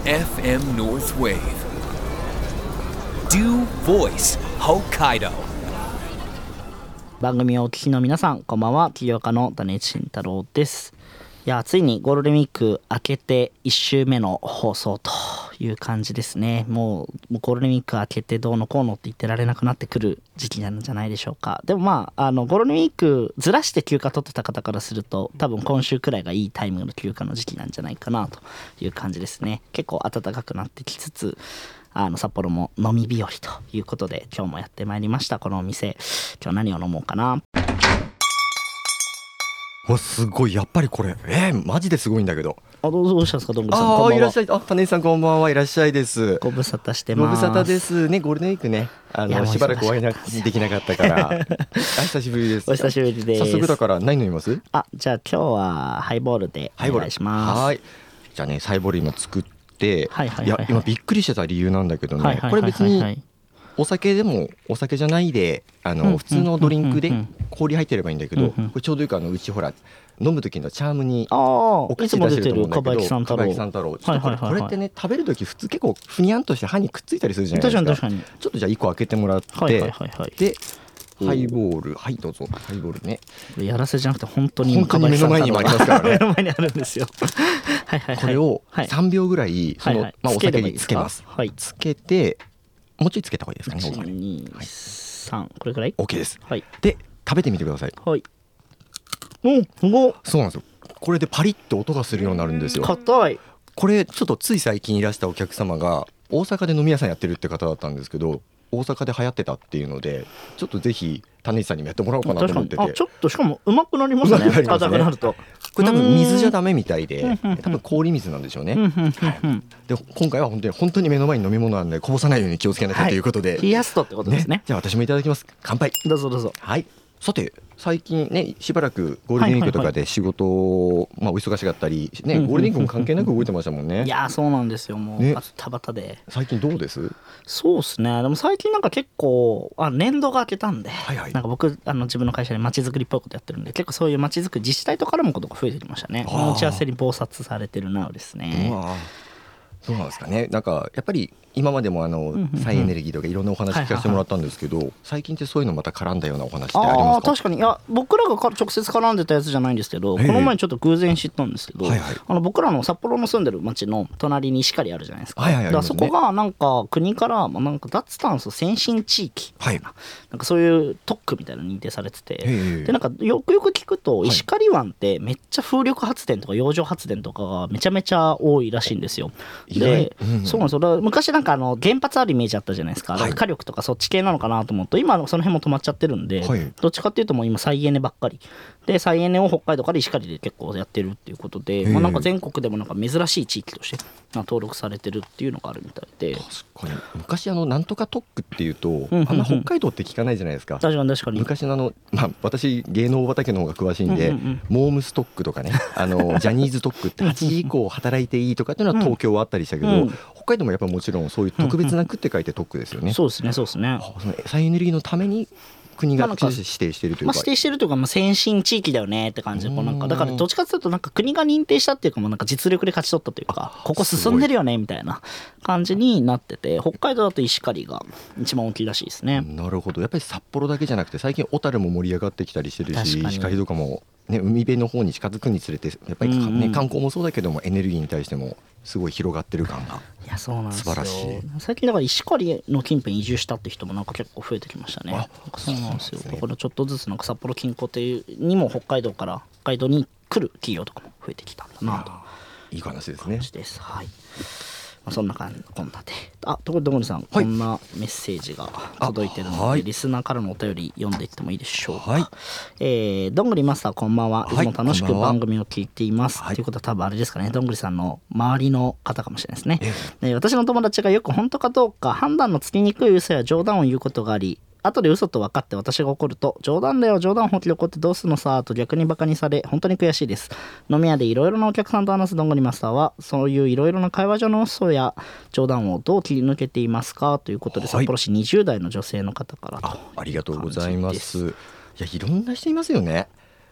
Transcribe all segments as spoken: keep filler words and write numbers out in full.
エフエム North Wave Do Voice Hokkaido。 番組をお聞きの皆さん、こんばんは。起業家の種市慎太郎です。いや、ついにゴールデンウィーク明けていち週目の放送という感じですね。もう、もうゴールデンウィーク明けてどうのこうのって言ってられなくなってくる時期なんじゃないでしょうか。でもまあ、あのゴールデンウィークずらして休暇取ってた方からすると、多分今週くらいがいいタイムの休暇の時期なんじゃないかなという感じですね。結構暖かくなってきつつ、あの札幌も飲み日和ということで、今日もやってまいりました。このお店、今日何を飲もうかな。 わ、すごい。やっぱりこれえー、マジですごいんだけど。 あ、どうぞ、どうしたんですか、どんぐりさん。 ああ、 こんばんはいらっしゃい。あ、種井さんこんばんは。いらっしゃいです。 ご無沙汰してごます。 無沙汰ですね。ゴールデンウィークね、あのしばらくお会いなできなかったからあ、久しぶりです。 お久しぶりです。 早速だから何飲みます？ あ、じゃあ今日はハイボールでお願いします。 はい。じゃあね、ハイボール今作って、 はいはいはいはい、 いや今びっくりしてた理由なんだけどね、 はいはいはいはい、 これ別にお酒でもお酒じゃないで、あの、うん、普通のドリンクで氷入ってればいいんだけど、うんうん、これちょうどいいか、あのうちほら飲む時のチャームにお口出してると思うんだけど、かばやきさん太郎、ちょっとこれ、これってね、食べる時普通結構ふにゃんとして歯にくっついたりするじゃないですか。 確かに確かに。 ちょっとじゃあいっこ開けてもらって、 はいはいはいはい、 でハイボール、はいどうぞ。ハイボールね、 これやらせじゃなくて本当に本当に目の前にもありますからね。 目の前にあるんですよ。はいはいはい、 これをさんびょうぐらいその、はいはい、まあ、お酒につけます。 はい、 つけてもうちょいつけた方がいいですかね。 いちにさん、これぐらい OK です、 はい、 で食べてみてください。 はい。うん、すごい。 そうなんですよ。これでパリッと音がするようになるんですよ。 硬い。 これちょっとつい最近いらしたお客様が大阪で飲み屋さんやってるって方だったんですけど、大阪で流行ってたっていうので、ちょっとぜひ種市さんにもやってもらおうかなと思ってて。 あ、ちょっとしかもうまくなりますね。硬くなると。 これ多分水じゃダメみたいで、多分氷水なんでしょうね。で今回は本当に本当に目の前に飲み物なんでこぼさないように気をつけなきゃということで、はい、 冷やすとってことですね。 ね、じゃあ私もいただきます。乾杯。 どうぞどうぞ。 はい。さて最近ね、しばらくゴールデンウィークとかで仕事を、まあ、お忙しかったり、ね、ゴールデンウィークも関係なく動いてましたもんね。 いやそうなんですよ。もうバタバタで、ね、 最近どうです？ そうですね。でも最近なんか結構あ年度が明けたんで、はいはい、なんか僕あの自分の会社で街づくりっぽいことやってるんで、結構そういう街づくり自治体とからもことが増えてきましたね。打ち合わせに忙殺されてるなうですね。 うわそうなんですかね。なんかやっぱり今までもあの再エネルギーとかいろんなお話聞かせてもらったんですけど、最近ってそういうのまた絡んだようなお話ってありますか？あ確かに。いや僕らが直接絡んでたやつじゃないんですけど、この前ちょっと偶然知ったんですけど、はいはい、あの僕らの札幌の住んでる町の隣に石狩あるじゃないですか。はいはいはい、だからそこがなんか国からなんか脱炭素先進地域みたいな、はい、なんかそういう特区みたいなの認定されてて、でなんかよくよく聞くと石狩湾ってめっちゃ風力発電とか洋上発電とかがめちゃめちゃ多いらしいんですよ。で、うんそうなんですよ。だから昔なんかあの原発あるイメージあったじゃないですか。だから火力とかそっち系なのかなと思うと、今その辺も止まっちゃってるんで、はい、どっちかっていうともう今再エネばっかりで、再エネを北海道から石狩で結構やってるっていうことで、まあ、なんか全国でもなんか珍しい地域として登録されてるっていうのがあるみたいで。 確かに昔あのなんとか特区っていうとあんま北海道って聞かないじゃないですか。 確かに確かに。 昔のあの、まあ、私芸能畑の方が詳しいんで、うんうんうん、モームス特区とかね、あのジャニーズ特区ってはちじ以降働いていいとかっていうのは東京はあったりしたけど、うん、北海道もやっぱもちろんそういう特別な区って書いて特区ですよね。うんうん、 そうですねそうですね。 その再エネルギーのために国が指定しているというか、 まあ、指定してるというか、まあ、先進地域だよねって感じで、こうなんかだからどっちかというとなんか国が認定したっていうか、もうなんか実力で勝ち取ったというか、ここ進んでるよねみたいな感じになってて、北海道だと石狩が一番大きいらしいですね。 なるほど。やっぱり札幌だけじゃなくて最近小樽も盛り上がってきたりしてるし、石狩とかも、ね、海辺の方に近づくにつれてやっぱり、ねうんうん、観光もそうだけどもエネルギーに対してもすごい広がってる感がいやそうなんですよ。 素晴らしい。 最近だから石狩の近辺移住したって人もなんか結構増えてきましたね。そうなんですよ。だからちょっとずつなんか札幌近郊っていうにも北海道から北海道に来る企業とかも増えてきたんだなと。 いい話ですね。 感じです。はい。まあ、そんな感じこんなで、あところでどもりさん、はい、こんなメッセージが届いてるので、はい、リスナーからのお便り読んでいってもいいでしょうか。はい、えー、どんぐりマスターこんばんは。いつも楽しく番組を聞いています、はい、ということは多分あれですかね、どんぐりさんの周りの方かもしれないですね。えー、私の友達がよく本当かどうか判断のつきにくい嘘や冗談を言うことがあり、後で嘘と分かって私が怒ると、冗談だよ冗談本気で怒ってどうするのさと逆にバカにされ、本当に悔しいです。飲み屋でいろいろなお客さんと話すどんぐりマスターは、そういういろいろな会話上の嘘や冗談をどう切り抜けていますかということで、札幌市にじゅう代の女性の方からと、 あ, ありがとうございます。いやいろんな人いますよね。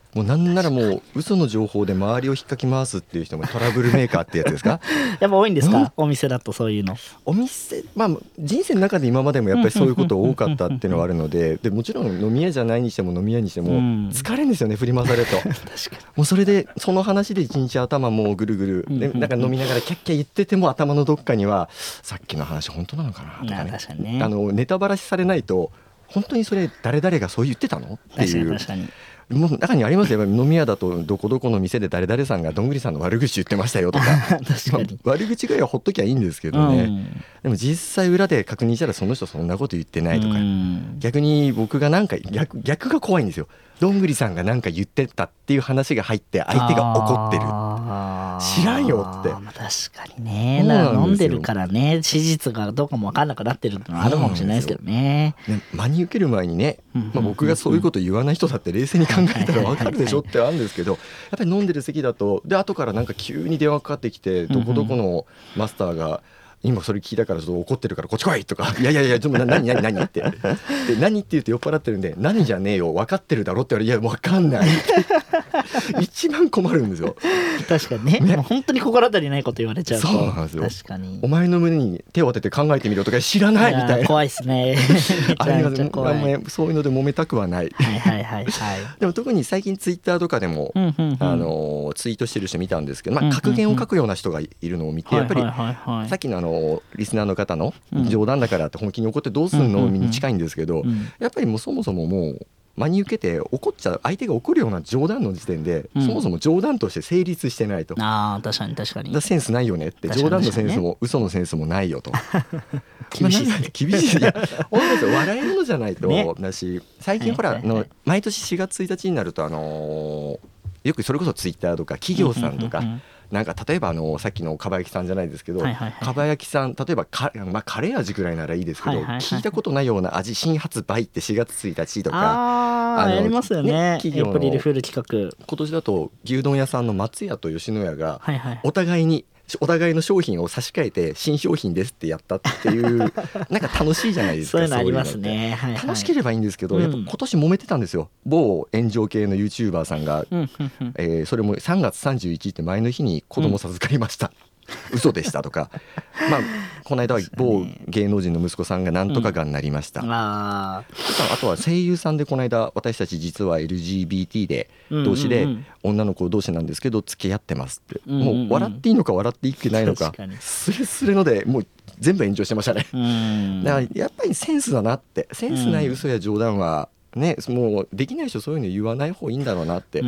もうなんならもう嘘の情報で周りを引っかき回すっていう人もトラブルメーカーってやつですかやっぱ多いんですか、お店だとそういうの。 お店、まあ人生の中で今までもやっぱりそういうこと多かったっていうのはあるので、でもちろん飲み屋じゃないにしても飲み屋にしても疲れるんですよね、振り回されると。確かに。もうそれでその話で一日頭もうぐるぐるでなんか飲みながらキャッキャ言ってても頭のどっかにはさっきの話本当なのかなとかね、 確かにね、 あのネタばらしされないと本当にそれ誰々がそう言ってたのっていう。 確かにもう中にありますよ、飲み屋だとどこどこの店で誰々さんがどんぐりさんの悪口言ってましたよとか確かに悪口ぐらいはほっときゃいいんですけどね、うん、でも実際裏で確認したらその人そんなこと言ってないとか、うん、逆に僕がなんか 逆, 逆が怖いんですよ。どんぐりさんがなんか言ってたっていう話が入って相手が怒ってる、知らんよって。 まあ、確かにね、だから飲んでるからね、史実がどうかも分かんなくなってるってのはあるかもしれないですけどね。 ね、真に受ける前にね、まあ、僕がそういうこと言わない人だって冷静に考えたら分かるでしょってあるんですけど、やっぱり飲んでる席だとで後からなんか急に電話かかってきて、どこどこのマスターが今それ聞いたからちょっと怒ってるからこっち来いとか、いやいやいやちょっと何何何ってで何って言うと酔っ払ってるんで、何じゃねえよ分かってるだろって言われ、いや分かんない一番困るんですよ。 確かに ね, ね本当に心当たりないこと言われちゃうと。 そうなんですよ。 確かにお前の胸に手を当てて考えてみろとか知らないみたいな。 怖いですねあれがそういうので揉めたくはない。 はいはいはい、はい、 でも特に最近ツイッターとかでも、うんうんうん、あのツイートしてる人見たんですけど、まあ、格言を書くような人がいるのを見て、やっぱりさっきのあのリスナーの方の冗談だからって本気に怒ってどうすんのに近いんですけど、やっぱりもうそもそももう真に受けて怒っちゃう、相手が怒るような冗談の時点で、うん、そもそも冗談として成立してないと。 あ、確かに確かに。 だセンスないよねって、冗談のセンスも、ね、嘘のセンスもないよと厳しいですね。 厳しい。いや本当ですよ、笑えるのじゃないと、ね、だし最近ほら、はいはいはい、の毎年しがつついたちになると、あのー、よくそれこそツイッターとか企業さんとか、うんうんうんうん、なんか例えばあのさっきのかば焼きさんじゃないですけど、はいはいはい、かば焼きさん例えばか、まあ、カレー味ぐらいならいいですけど、はいはいはい、聞いたことないような味新発売ってしがつついたちとか、 ああやりますよね、企業のエイプリルフール企画。 今年だと牛丼屋さんの松屋と吉野家がお互いにお互いの商品を差し替えて新商品ですってやったっていうなんか楽しいじゃないですか。 そういうのありますね、はいはい、 楽しければいいんですけど、うん、やっぱ今年揉めてたんですよ。某炎上系の YouTuber さんが、うんうんうんえー、それもさんがつさんじゅういちにちって前の日に子供授かりました、うん、嘘でしたとかまあこの間は某芸能人の息子さんがなんとかがんになりました、うん、あ, あとは声優さんでこの間私たち実は エルジービーティー で同士で女の子同士なんですけど付き合ってますって、うんうんうん、もう笑っていいのか笑っていけないのかスレスレのでもう全部炎上してましたね。うんだからやっぱりセンスだなって、センスない嘘や冗談はね、もうできない人そういうの言わない方がいいんだろうなって、うん、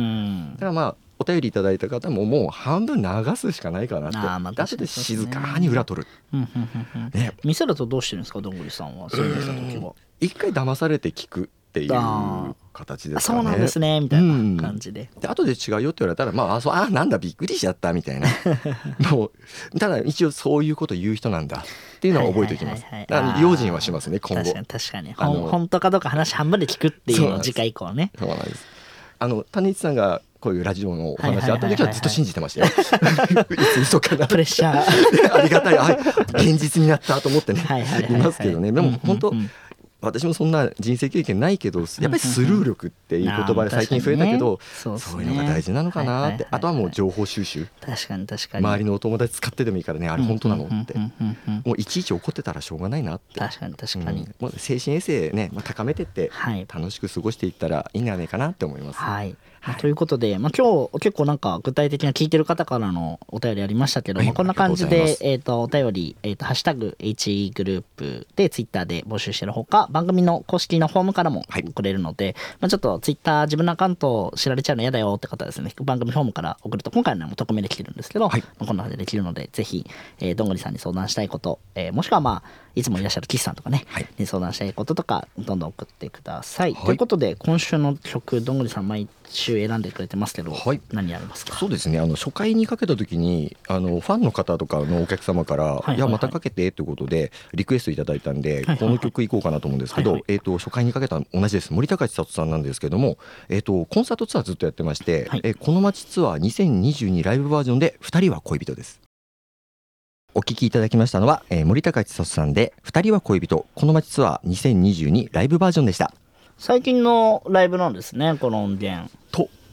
だからまあお便りいただいた方ももう半分流すしかないかなって。あ、まあ、後で静かに裏取る、うんうんうんうんね、 店だとどうしてるんですか、どんぐりさんは。そういう時は一回騙されて聞くっていう形ですかね。 そうなんですねみたいな感じで、 うん、で後で違うよって言われたら、まあ、あ, そうあなんだびっくりしちゃったみたいなもうただ一応そういうこと言う人なんだっていうのは覚えておきます。用心はしますね今後。 確かに確かに本当かどうか話半分で聞くっていうのを次回以降ね。 そうなんです。あの種市さんがこういうラジオのお話あった時はずっと信じてましたよ。いつ嘘かなプレッシャーありがたい、はい、現実になったと思ってねいますけどね。でも本当、うんうんうん私もそんな人生経験ないけどやっぱりスルー力っていう言葉で最近増えたけど、そういうのが大事なのかなって。あとはもう情報収集、 確かに確かに周りのお友達使ってでもいいからね、あれ本当なのってもういちいち怒ってたらしょうがないなって。 確かに確かに、 うん、精神衛生ね、まあ、高めてって楽しく過ごしていったらいいんじゃないかなって思います。 はいはい、ということで、まあ、今日結構なんか具体的な聞いてる方からのお便りありましたけど、はいまあ、こんな感じで、えー、とお便り、えー、とハッシュタグ エイチ グループでツイッターで募集してるほか、番組の公式のフォームからも送れるので、はいまあ、ちょっとツイッター自分のアカウント知られちゃうの嫌だよって方はですね、番組フォームから送ると今回のも匿名できてるんですけど、はいまあ、こんな感じでできるのでぜひ、えー、どんぐりさんに相談したいこと、えー、もしくはまあいつもいらっしゃる岸さんとかね、はい、に相談したいこととかどんどん送ってください、はい、ということで今週の曲どんぐりさん毎週選んでくれてますけど、はい、何ありますか。 そうですね、あの初回にかけた時にあのファンの方とかのお客様から、はいはいはい、いやまたかけてということでリクエストいただいたんで、はいはいはい、この曲いこうかなと思うんですけど、はいはいえー、と初回にかけた同じです。森高千里さんなんですけども、えー、とコンサートツアーずっとやってまして、はいえー、この街ツアーにせんにじゅうにライブバージョンでふたりは恋人です。お聴きいただきましたのは、えー、森高千里さんでふたりは恋人この街ツアーにせんにじゅうにライブバージョンでした。 最近のライブなんですねこの音源と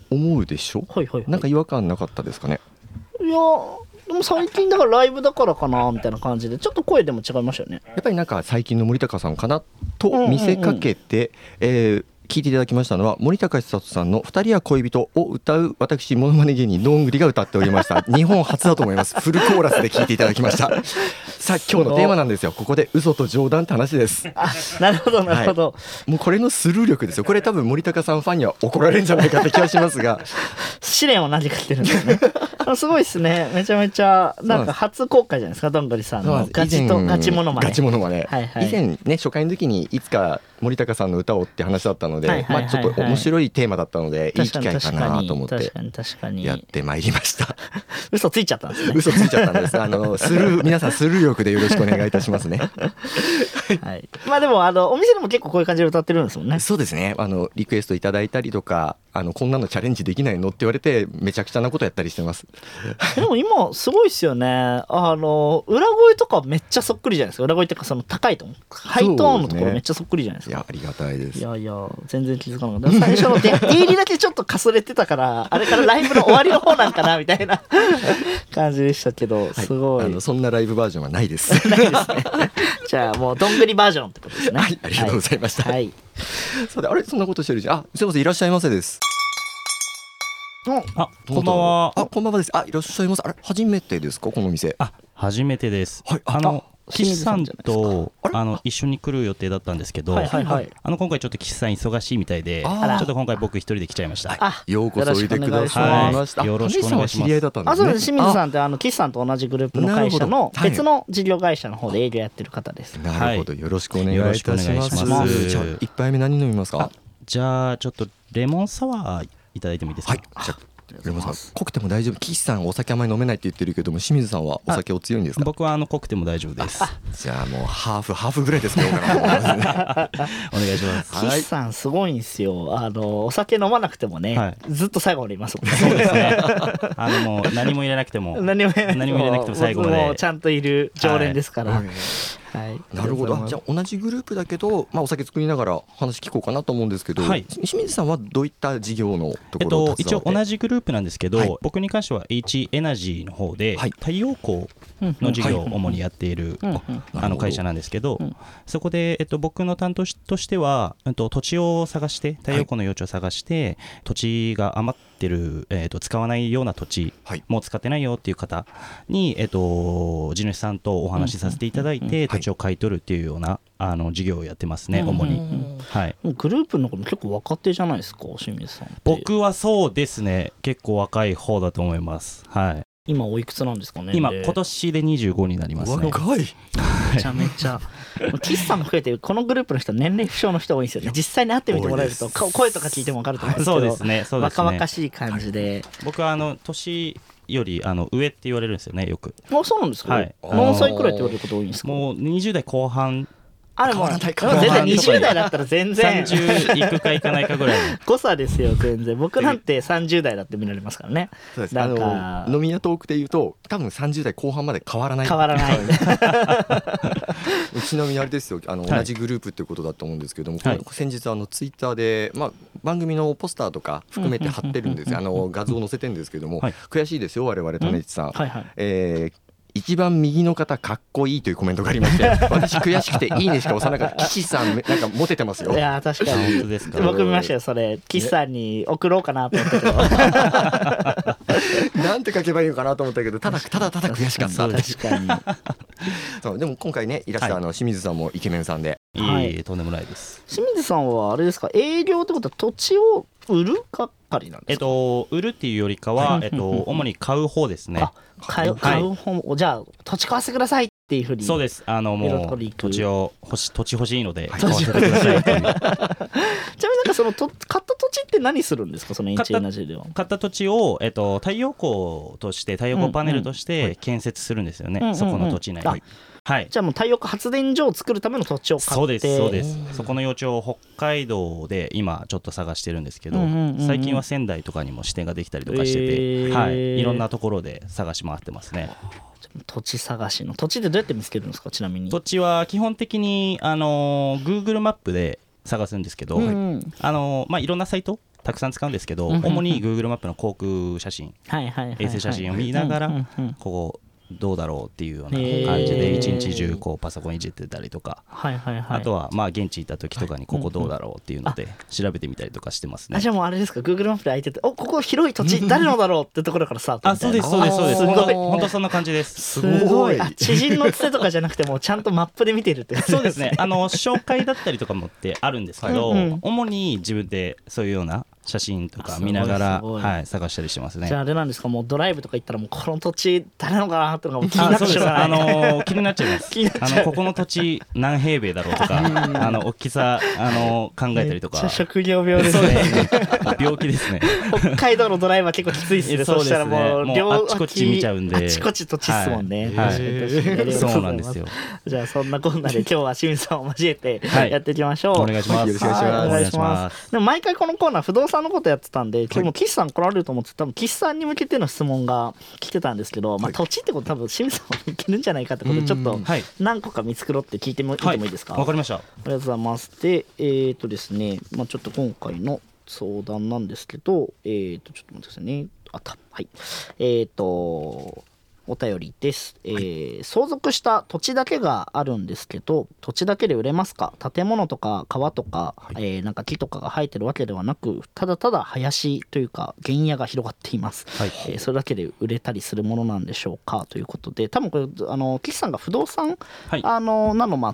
思うでしょ、 はいはいはい、 なんか違和感なかったですかね。 いやでも最近だからライブだからかなみたいな感じでちょっと声でも違いましたよね。 やっぱりなんか最近の森高さんかなと見せかけて、うんうんうん、えー聞いていただきましたのは森高千里さんのふたりは恋人を歌う私モノマネ芸人どんぐりが歌っておりました日本初だと思います。フルコーラスで聞いていただきましたさあ今日のテーマなんですよ。ここで嘘と冗談って話です。 あ、なるほどなるほど、はい、もうこれのスルー力ですよ。これ多分森高さんファンには怒られるんじゃないかって気がしますが試練を何か来てるんですねすごいですね。めちゃめちゃなんか初公開じゃないですかどんぐりさんのガチとガチモノマネ。 ガチモノマネ、 はいはい、 以前ね初回の時にいつか森高さんの歌をって話だったので、はいはいはいはい、まあ、ちょっと面白いテーマだったのでいい機会かなと思ってやってまいりました嘘ついちゃったんですね。 嘘ついちゃったんですあのスルー皆さんスルー力でよろしくお願いいたしますねはい、まあでもあのお店でも結構こういう感じで歌ってるんですもんね。 そうですね。あのリクエストいただいたりとかあのこんなのチャレンジできないのって言われてめちゃくちゃなことやったりしてますでも今すごいですよね。あの裏声とかめっちゃそっくりじゃないですか。裏声っていうかその高いトーンハイトーンのところめっちゃそっくりじゃないですか。 いやありがたいです。 いやいや全然気づかなかった。最初の出入りだけちょっとかすれてたからあれからライブの終わりの方なんかなみたいな感じでしたけど、すごい、 はい、あのそんなライブバージョンはないですないですねじゃあもうどんぐりバージョンってことですね。 はい、ありがとうございました、はい、そうであれそんなことしてるじゃん。あ、すいませんいらっしゃいませです。 あ、こんばんは。 あ、こんばんはです。あ、いらっしゃいます。あれ初めてですかこの店。 あ、初めてです。 はい、 あの岸さんとあの一緒に来る予定だったんですけど、はいはいはい、あの今回ちょっと岸さん忙しいみたいで、ちょっと今回僕一人で来ちゃいました。 あ、 ようこそおいでくださいました。 よろしくお願いします。 あ、そうです。清水さんってあの岸さんと同じグループの会社の別の事業会社の方で営業やってる方です。 なるほど、よろしくお願いいたします。じゃあ一杯目何飲みますか。 じゃあちょっとレモンサワーいただいてもいいですか。 はい。じゃあレモンサワー濃くても大丈夫。岸さんお酒あまり飲めないって言ってるけども清水さんはお酒お強いんですか。 僕はあの濃くても大丈夫です。 じゃあもうハーフハーフぐらいですかお願いします。 岸さんすごいんですよ。あのお酒飲まなくてもね、はい、ずっと最後までいますもんね。 そうですね。あのもう何も入れなくても何も入れなくても最後までちゃんといる常連ですから、はいはい、なるほど。じゃあ同じグループだけど、まあ、お酒作りながら話聞こうかなと思うんですけど、はい、清水さんはどういった事業のところを、 えっと、一応同じグループなんですけど、はい、僕に関しては H エナジーの方で、はい、太陽光の事業を主にやっている、はい、あの会社なんですけど、うん、そこで、えっと、僕の担当としては、えっと、土地を探して太陽光の用地を探して、はい、土地が余ってる、えっと、使わないような土地、はい、もう使ってないよっていう方に、えっと、地主さんとお話しさせていただいて、土地を買い取るっていうようなあの事業をやってますね、主に、はい、 グループの中で結構若手じゃないですか清水さんって。 僕はそうですね結構若い方だと思います。はい、 今おいくつなんですかね。 今今年でにじゅうごになりますね。 若いめちゃめちゃ岸さんも含めてこのグループの人年齢不詳の人多いんですよね。実際に会ってみてもらえると声とか聞いても分かると思うんですけど、 そうですね、そうですね、 若々しい感じで、 僕はあの年よりあの上って言われるんですよねよく。 あ、そうなんですか、はい、何歳くらいって言われること多いんですか。 もうにじゅう代後半。 あ、でも全然にじゅう代だったら全然さんじゅういくかいかないかぐらいの誤差ですよ全然。僕なんてさんじゅう代だって見られますからね。 そうです。なんかあの飲み屋トークでいうと多分さんじゅう代後半まで変わらない変わらないうちなみにあれですよ、あの同じグループっていうことだと思うんですけども、はい、先日あのツイッターで、まあ、番組のポスターとか含めて貼ってるんですよ。あの画像を載せてるんですけども、はい、悔しいですよ我々種市さん、はいはい、えー一番右の方かっこいいというコメントがありまして私悔しくていいねしか押さなかった。岸さんなんかモテてますよ。 いや確かに本当ですか。 僕見ましたよそれ。岸さんに送ろうかなと思ったけどなんて書けばいいのかなと思ったけどただただただ悔しかった。 確かにそうでも今回ねいらしたあの清水さんもイケメンさんで、 はい、いいとんでもないです。 清水さんはあれですか営業ってことは土地を売る係なんですか。 えっと売るっていうよりかは、えっと、主に買う方ですね。 あ、買う、買う方も、じゃあ土地買わせてくださいっていうふうに。 そうです。あのもう土地を欲し土地欲しいので買わせてくださいっていう。ちなみになんかそのと買った土地って何するんですかそのエンジンエナジーでは。 買った土地を、えっと、太陽光として太陽光パネルとして建設するんですよね、うんうん、そこの土地内に。はい、 じゃあもう太陽光発電所を作るための土地を買って。 そうですそうです。そこの用地を北海道で今ちょっと探してるんですけど、うんうんうんうん、最近は仙台とかにも支店ができたりとかしてて、えーはい、いろんなところで探し回ってますね。 土地探しの土地ってどうやって見つけるんですか。ちなみに土地は基本的にあの Google マップで探すんですけど、うんうん、あのまあ、いろんなサイトたくさん使うんですけど、主に Google マップの航空写真、衛星写真を見ながらここどうだろうっていうような感じで一日中こうパソコンいじってたりとか、あとはまあ現地行った時とかにここどうだろうっていうので調べてみたりとかしてますね。 あ、じゃあもうあれですか、 Google マップで空いてて、お、ここ広い土地誰のだろうってところからスタートみたいな。 あ、そうですそうですそうです。 すごい、 本当そんな感じです。 すごい。あ、知人のつてとかじゃなくてもちゃんとマップで見てるってそうですね。あの紹介だったりとかもってあるんですけど、主に自分でそういうような写真とか見ながら、はい、探したりしてますね。 じゃああれなんですか、もうドライブとか行ったらもうこの土地誰のかなってのが気になってしまう。 あの気になっちゃいます。あのここの土地何平米だろうとか、あの大きさあの考えたりとか。 職業病ですね。 病気ですね。 北海道のドライバー結構きついですね。そうしたらもう両あっちこっち見ちゃうんで。 あっちこっち土地っすもんね。 そうなんですよ。 じゃあそんなこんなで今日は清水さんを交えてやっていきましょう。 お願いします。 よろしくお願いします。 でも毎回このコーナー不動産のことやってたんで、今日も岸さん来られると思って、多分岸さんに向けての質問が来てたんですけど、まあ土地ってこと多分清水さんはいけるんじゃないかってことでちょっと何個か見繕って聞いてもいいいいですか。 わかりました。ありがとうございます。で、えっとですね、まあちょっと今回の相談なんですけど、えっとちょっと待ってくださいね。あった。はい。えっとお便りです、えーはい、相続した土地だけがあるんですけど、土地だけで売れますか。建物とか川とか、はい、えー、なんか木とかが生えてるわけではなく、ただただ林というか原野が広がっています、はい、えー、それだけで売れたりするものなんでしょうかということで、多分これあの岸さんが不動産、はい、あのなのもあって、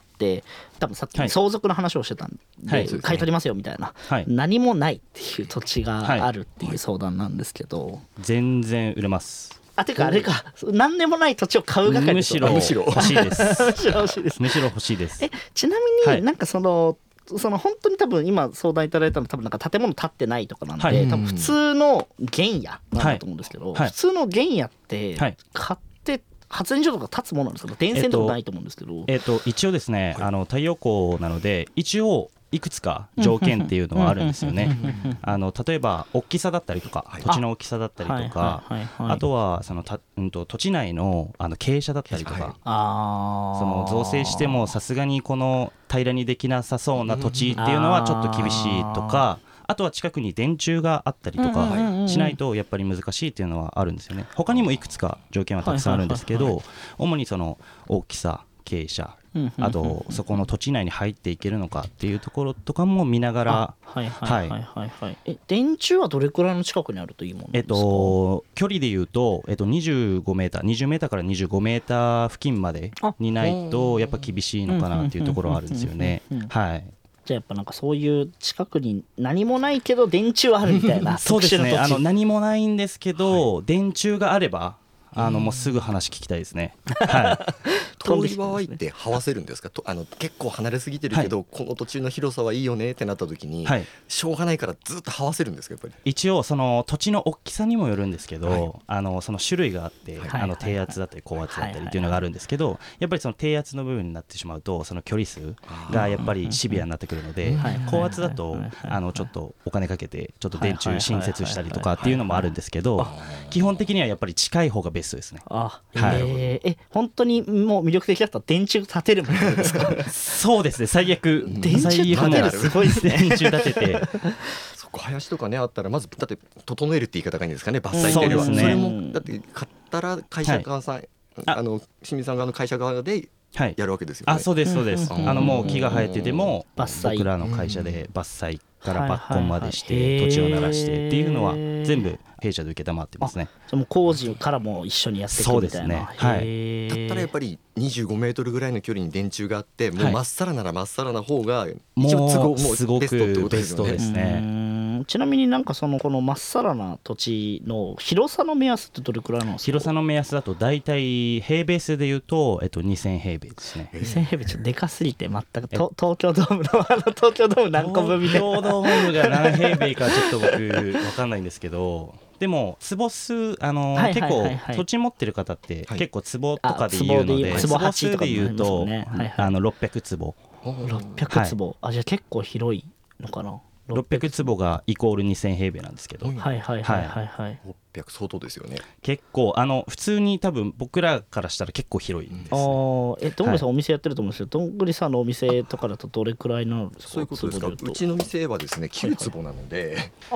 多分さっき相続の話をしてたんで、はい、買い取りますよみたいな、はい、何もないっていう土地があるっていう相談なんですけど、はい、 全然売れます。 あ、てかあれか、何でもない土地を買う係。 むしろ欲しいです。むしろ欲しいです。むしろ欲しいです。 え、ちなみになんかその、はい、その本当に多分今相談いただいたの多分なんか建物建ってないとかなんで、はい、多分普通の原野なんだと思うんですけど、はい、普通の原野って買って発電所とか建つものなんですか。電線とかないと思うんですけど。 えっと、えっと、一応ですね、あの太陽光なので一応いくつか条件っていうのはあるんですよね。あの例えば大きさだったりとか、土地の大きさだったりとか、あとはそのた、うん、と土地内のあの傾斜だったりとか、あその造成してもさすがにこの平らにできなさそうな土地っていうのはちょっと厳しいとか、あとは近くに電柱があったりとかしないとやっぱり難しいっていうのはあるんですよね。他にもいくつか条件はたくさんあるんですけど、主にその大きさ、傾斜、あとそこの土地内に入っていけるのかっていうところとかも見ながら、 はいはいはいはいはい。え、電柱はどれくらいの近くにあるといいものですか。 えっと距離でいうと、えっとにじゅうごメーター、にじゅうメーターからにじゅうごメーター付近までにないとやっぱ厳しいのかなっていうところはあるんですよね。はい。 じゃあやっぱなんかそういう近くに何もないけど電柱はあるみたいな。 そうですね。あの何もないんですけど、はい、電柱があれば。あのもうすぐ話聞きたいですね。はい。 遠い場合ってはわせるんですか。とあの結構離れすぎてるけど、はい、この土地の広さはいいよねってなった時に、はい、しょうがないからずっとはわせるんですか。やっぱり一応その土地の大きさにもよるんですけど、はい、あのその種類があって、はい、あの低圧だったり高圧だったりっていうのがあるんですけど、やっぱりその低圧の部分になってしまうとその距離数がやっぱりシビアになってくるので、高圧だとあのちょっとお金かけてちょっと電柱新設したりとかっていうのもあるんですけど、基本的にはやっぱり近い方がベストですね。 あ、はい、えー、え本当にもう魅力的だったら電柱立てるものですか。 そうですね、最悪電柱立てるすごいですね。 電柱立ててそこ林とかねあったらまずだって整えるって言い方がいいんですかね。伐採っていうのは、うん、それもだって買ったら会社側さん、はい、あの清水さん側の会社側でやるわけですよね。 はい、あ、そうですそうです。あのもう木が生えてても僕らの会社で伐採から抜根までして土地を鳴らしてっていうのは全部弊社で承ってますね。 じゃもう工事からも一緒にやっていくみたいな。そうですね。 はい。だったらやっぱりにじゅうごメートルぐらいの距離に電柱があって、もうまっさらならまっさらな方が一応都合もすごくベストですね。 ちなみになんかそのこのまっさらな土地の広さの目安ってどれくらいなんですか。 広さの目安だとだいたい平米数でいうとえっとにせんへいべいですね。 にせんへいべいちょっとでかすぎて全くと東京ドームのあの東京ドーム何個分みたいな。 東京ドームが何平米かちょっと僕分かんないんですけど。でも坪数あの、はいはいはいはい、結構土地持ってる方って結構坪とかで言うので、坪数で言うと、ね、はいはい、あのろっぴゃくつぼろっぴゃくつぼ、はい、あじゃあ結構広いのかな。 ろっぴゃくつぼがイコールにせんへいべいなんですけど、 はいはいはいはいはい、 ろっぴゃく相当ですよね。 結構あの普通に多分僕らからしたら結構広いですね。 あえどんぐりさんお店やってると思うんですけど、はい、どんぐりさんのお店とかだとどれくらいなんですか。 そういうことですか。うちの店はですねきゅうつぼなので。 あ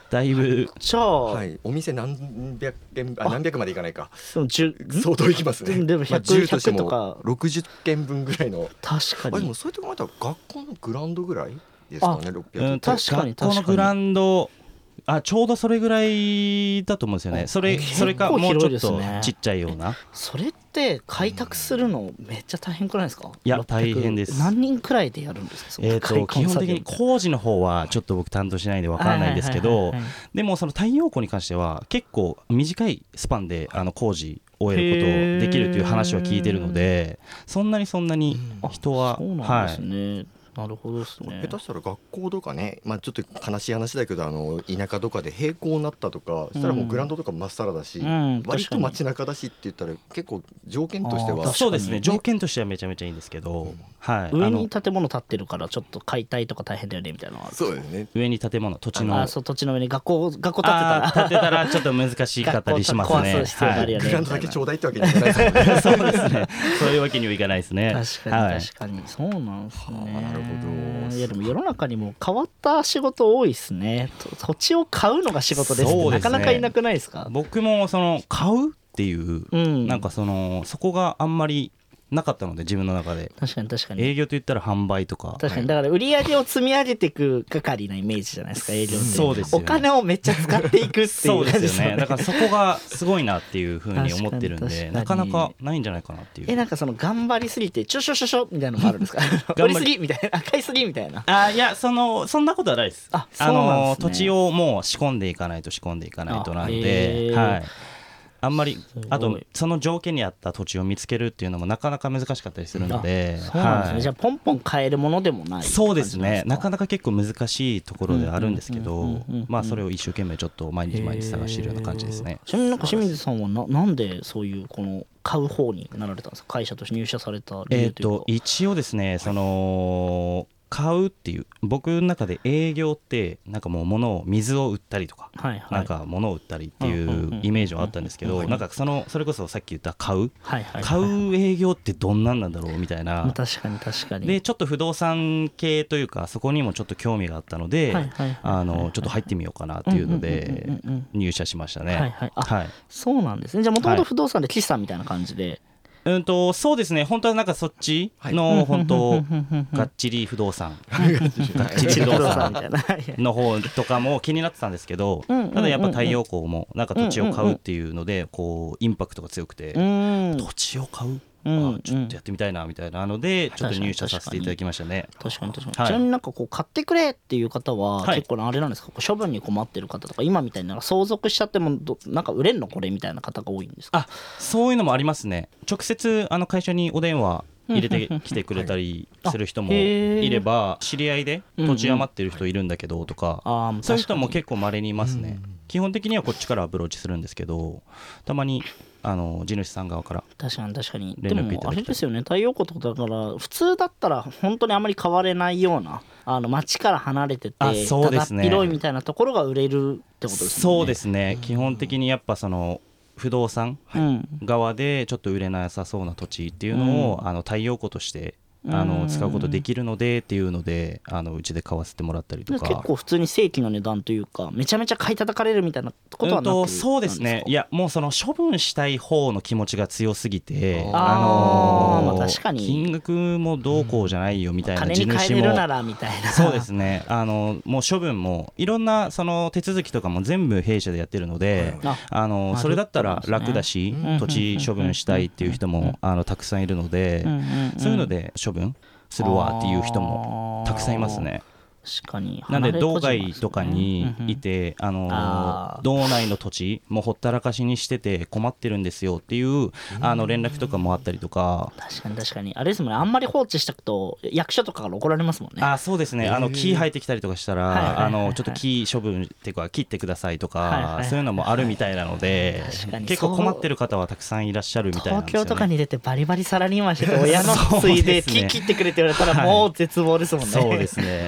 だいぶじゃあ、 はい、お店何百軒あ何百までいかないかでも相当いきますね。 でもひゃく、 まあ、じゅうとしてともかろくじゅっけんぶんぐらいの。 確かに。 あでもそういうところまた学校のグラウンドぐらいですかね。ろっぴゃく、 うん、 確かに学校のグラウンドあちょうどそれぐらいだと思うんですよね。それそれかもうちょっとちっちゃいような。 それって開拓するのめっちゃ大変くないですか？ いや大変です。 何人くらいでやるんですか？ えーと基本的に工事の方はちょっと僕担当しないんで分からないんですけど、でもその太陽光に関しては結構短いスパンであの工事終えることできるという話は聞いてるので、そんなにそんなに人は、 そうなんですね、はい、なるほどですね。 下手したら学校とかね、まあ、ちょっと悲しい話だけどあの田舎とかで閉校になったとかしたらもうグラウンドとかまっさらだし、うん、割と街中だしって言ったら結構条件としてはそうですね、条件としてはめちゃめちゃいいんですけど、うんはい、 上に建物建ってるからちょっと解体とか大変だよねみたいなのはある。 そうですね、 上に建物土地のあそう土地の上に学校学校建てたら建てたらちょっと難しかったりしますね。 壊す必要があるよね、 グラウンドだけちょうだいってわけにはいかないですね。 そうですね、そういうわけにはいかないですね。 確かに確かに、はい、そうなんですね。 なるほど。 いやでも世の中にも変わった仕事多いですね。土地を買うのが仕事ですって、ね、なかなかいなくないですか？ 僕もその買うっていう、うん、なんかそのそこがあんまりなかったので自分の中で。 確かに確かに。 営業といったら販売とか。 確かに、だから売り上げを積み上げていく係のイメージじゃないですか、営業って。 そうですよね、 お金をめっちゃ使っていくっていうそうですよね。だからそこがすごいなっていうふうに思ってるんで、なかなかないんじゃないかなっていう。 えなんかその頑張りすぎてちょしょしょしょみたいなのもあるんですか？頑張りすぎみたいな、買いすぎみたいな。 あいやそのそんなことはないです。 あそうなんですね。 あの土地をもう仕込んでいかないと仕込んでいかないとなので、はい。あんまりあとその条件に合った土地を見つけるっていうのもなかなか難しかったりするので、 そうなんですね、はい、じゃあポンポン買えるものでもない。 そうですね、なかなか結構難しいところではあるんですけど、まあそれを一生懸命ちょっと毎日毎日探しているような感じですね。 ちなみになんか清水さんは な, なんでそういうこの買う方になられたんですか？会社として入社された理由というか。えーと一応ですね、その買うっていう僕の中で営業ってなんかもう物を水を売ったりとか、はいはい、なんか物を売ったりっていうイメージはあったんですけど、なんかそのそれこそさっき言った買う、はいはいはい、買う営業ってどんなんなんだろうみたいな。 確かに確かに。 でちょっと不動産系というかそこにもちょっと興味があったので、あのちょっと入ってみようかなっていうので入社しましたね。はいはい、あ、 はい、そうなんですね。じゃあもともと不動産で岸さんみたいな感じで、はい、 うんとそうですね、本当はなんかそっちの本当がっちり不動産がっちり不動産の方とかも気になってたんですけど、ただやっぱ太陽光もなんか土地を買うっていうのでこうインパクトが強くて、土地を買うあちょっとやってみたいなみたいなのでちょっと入社させていただきましたね。 確かに確かに、はい、ちなみになんかこう買ってくれっていう方は結構あれなんですか、はい、処分に困ってる方とか今みたいな相続しちゃってもどなんか売れんのこれみたいな方が多いんですか？ あそういうのもありますね。直接あの会社にお電話入れてきてくれたりする人もいれば、知り合いで土地余ってる人いるんだけどとか、そういう人も結構稀にいますね。基本的にはこっちからアプローチするんですけど、たまにあの地主さん側から確かに確かに。でもあれですよね、太陽光とかだから普通だったら本当にあまり買われないようなあの町から離れててだだっ広いみたいなところが売れるってことですね。 そうですね、基本的にやっぱその不動産側でちょっと売れなさそうな土地っていうのを、うん、あの太陽光としてあの使うことできるのでっていうのであのうちで買わせてもらったりとか。 結構普通に正規の値段というかめちゃめちゃ買い叩かれるみたいなことはなく、うん、 そうですね。いやもうその処分したい方の気持ちが強すぎて、 あ、あのーまあ、確かに金額もどうこうじゃないよみたいな、 金に換えれるならみたいな。 そうですね、あのもう処分もいろんなその手続きとかも全部弊社でやってるので、ああのそれだったら楽だし、ね、土地処分したいっていう人もあのたくさんいるので、そういうので処分するわっていう人もたくさんいますね。 確かに。 なんで道外とかにいて、あの道内の土地もうほったらかしにしてて困ってるんですよっていうあの連絡とかもあったりとか。 確かに確かに。あれですもんね、あんまり放置したくと役所とかから怒られますもんね。 あ、そうですね、あの木生えてきたりとかしたらあのちょっと木処分っていうか切ってくださいとかそういうのもあるみたいなので、結構困ってる方はたくさんいらっしゃるみたいなんですよね。 東京とかに出てバリバリサラリーマンしてて親のついで木切ってくれって言われたらもう絶望ですもんね。 そうですね。 いけ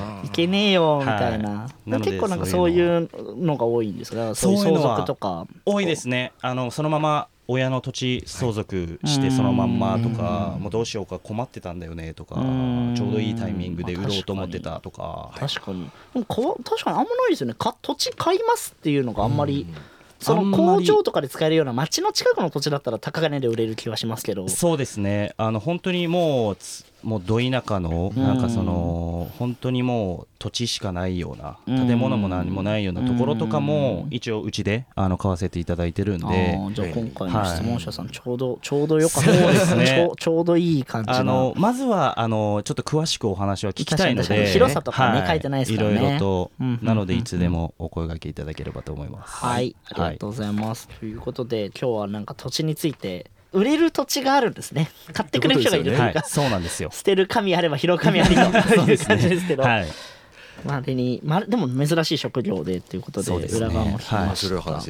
けねえよみたいな、はい、結構なんかそういうのが多いんですが、そういう相続とか多いですね。あのそのまま親の土地相続してそのまんまとか、もうどうしようか困ってたんだよねとか、ちょうどいいタイミングで売ろうと思ってたとか。 確かに確かに確かにあんまないですよね。か土地買いますっていうのがあんまり、その工場とかで使えるような町の近くの土地だったら高値で売れる気はしますけど。 そうですね。あの本当にもうもうど田舎のなんかその本当にもう土地しかないような建物も何もないようなところとかも一応うちであの買わせていただいてるんで。 あ、じゃあ今回の質問者さんちょうどちょうどよかったですね。ちょちょうどいい感じの。 あのまずはあのちょっと詳しくお話は聞きたいので、 広さとかね書いてないですからね。 いろいろとなのでいつでもお声掛けいただければと思います。 はい、ありがとうございます。ということで今日はなんか土地について。売れる土地があるんですね。買ってくれる人がいるというか、はい、 そうなんですよ。 捨てる神あれば拾う神ありという感じですけど、はい、まあでに、まあ、でも珍しい職業でということで、ね、裏側も聞きました。はい、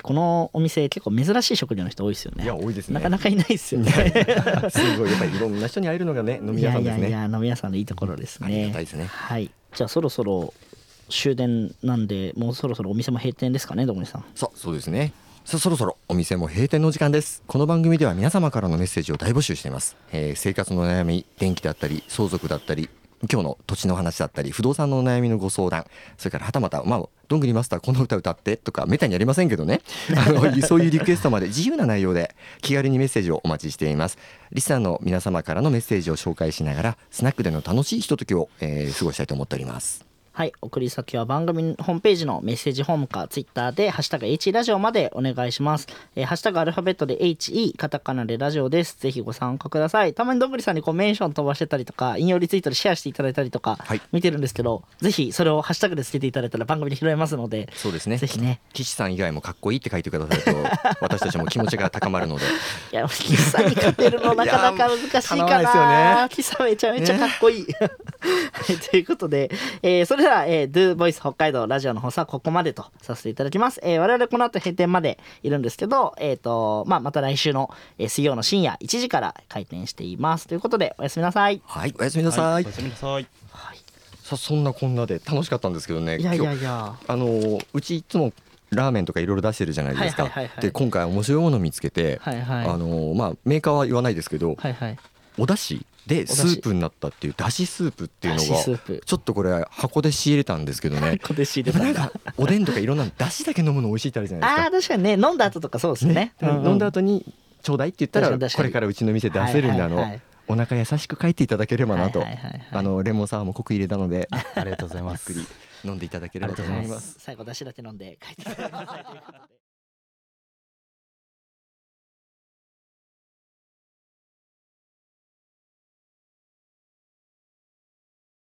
このお店結構珍しい職業の人多いですよね。 いや多いですね。 なかなかいないですよね。 すごいやっぱりいろんな人に会えるのがね飲み屋さんですね。 いやいやいや飲み屋さんのいいところですね。 ありがたいですね。 はい。じゃあそろそろ終電なんでもうそろそろお店も閉店ですかね、どこにさん。 そうそうですね。さあそろそろお店も閉店の時間です。この番組では皆様からのメッセージを大募集しています。えー、生活の悩み、電気だったり相続だったり今日の土地の話だったり不動産のお悩みのご相談、それからはたまたまあどんぐりマスターこの歌歌ってとかめったにやりませんけどねあのそういうリクエストまで自由な内容で気軽にメッセージをお待ちしています。リスナーの皆様からのメッセージを紹介しながらスナックでの楽しいひとときを、えー、過ごしたいと思っております。 はい、送り先は番組ホームページのメッセージホームかツイッターでハッシュタグ H ラジオまでお願いします。えー、ハッシュタグアルファベットで エイチイー カタカナでラジオです。ぜひご参加ください。たまにどんぐりさんにこうメンション飛ばしてたりとか引用リツイートでシェアしていただいたりとか見てるんですけど、はい、ぜひそれをハッシュタグでつけていただいたら番組で拾えますので。 そうですね。 ぜひね。 岸さん以外もかっこいいって書いてくださると私たちも気持ちが高まるので。 いや岸さんに勝てるのなかなか難しいかな。岸さんめちゃめちゃかっこいい。ねはい、ということで、えー、それでは、えー、Do Voice北海道ラジオの放送はここまでとさせていただきます。えー、我々この後閉店までいるんですけど、えーとまあ、また来週の、えー、水曜の深夜いちじから開店していますということでおやすみなさい。 はい、おやすみなさい。 はい、おやすみなさい。 はい、さあそんなこんなで楽しかったんですけどね。 いやいやいや、 あのうちいつもラーメンとかいろいろ出してるじゃないですか。はいはいはいはい、で今回面白いものを見つけて、はいはい、あのまあ、メーカーは言わないですけど、はいはい、お出汁でスープになったっていうだしスープっていうのがちょっとこれ箱で仕入れたんですけどね。 箱で仕入れたんだ。 おでんとかいろんなだしだけ飲むの美味しいってあるじゃないですか。 あー確かにね、飲んだ後とかそうですね。ね、 うんうん、飲んだ後にちょうだいって言ったらこれからうちの店出せるんで、はいはいはい、あのお腹優しく書いていただければなと、はいはいはいはい、あのレモンサワーも濃く入れたのでありがとうございます。 ゆっくり飲んでいただければと思います。 最後だしだけ飲んで帰ってくださいということで。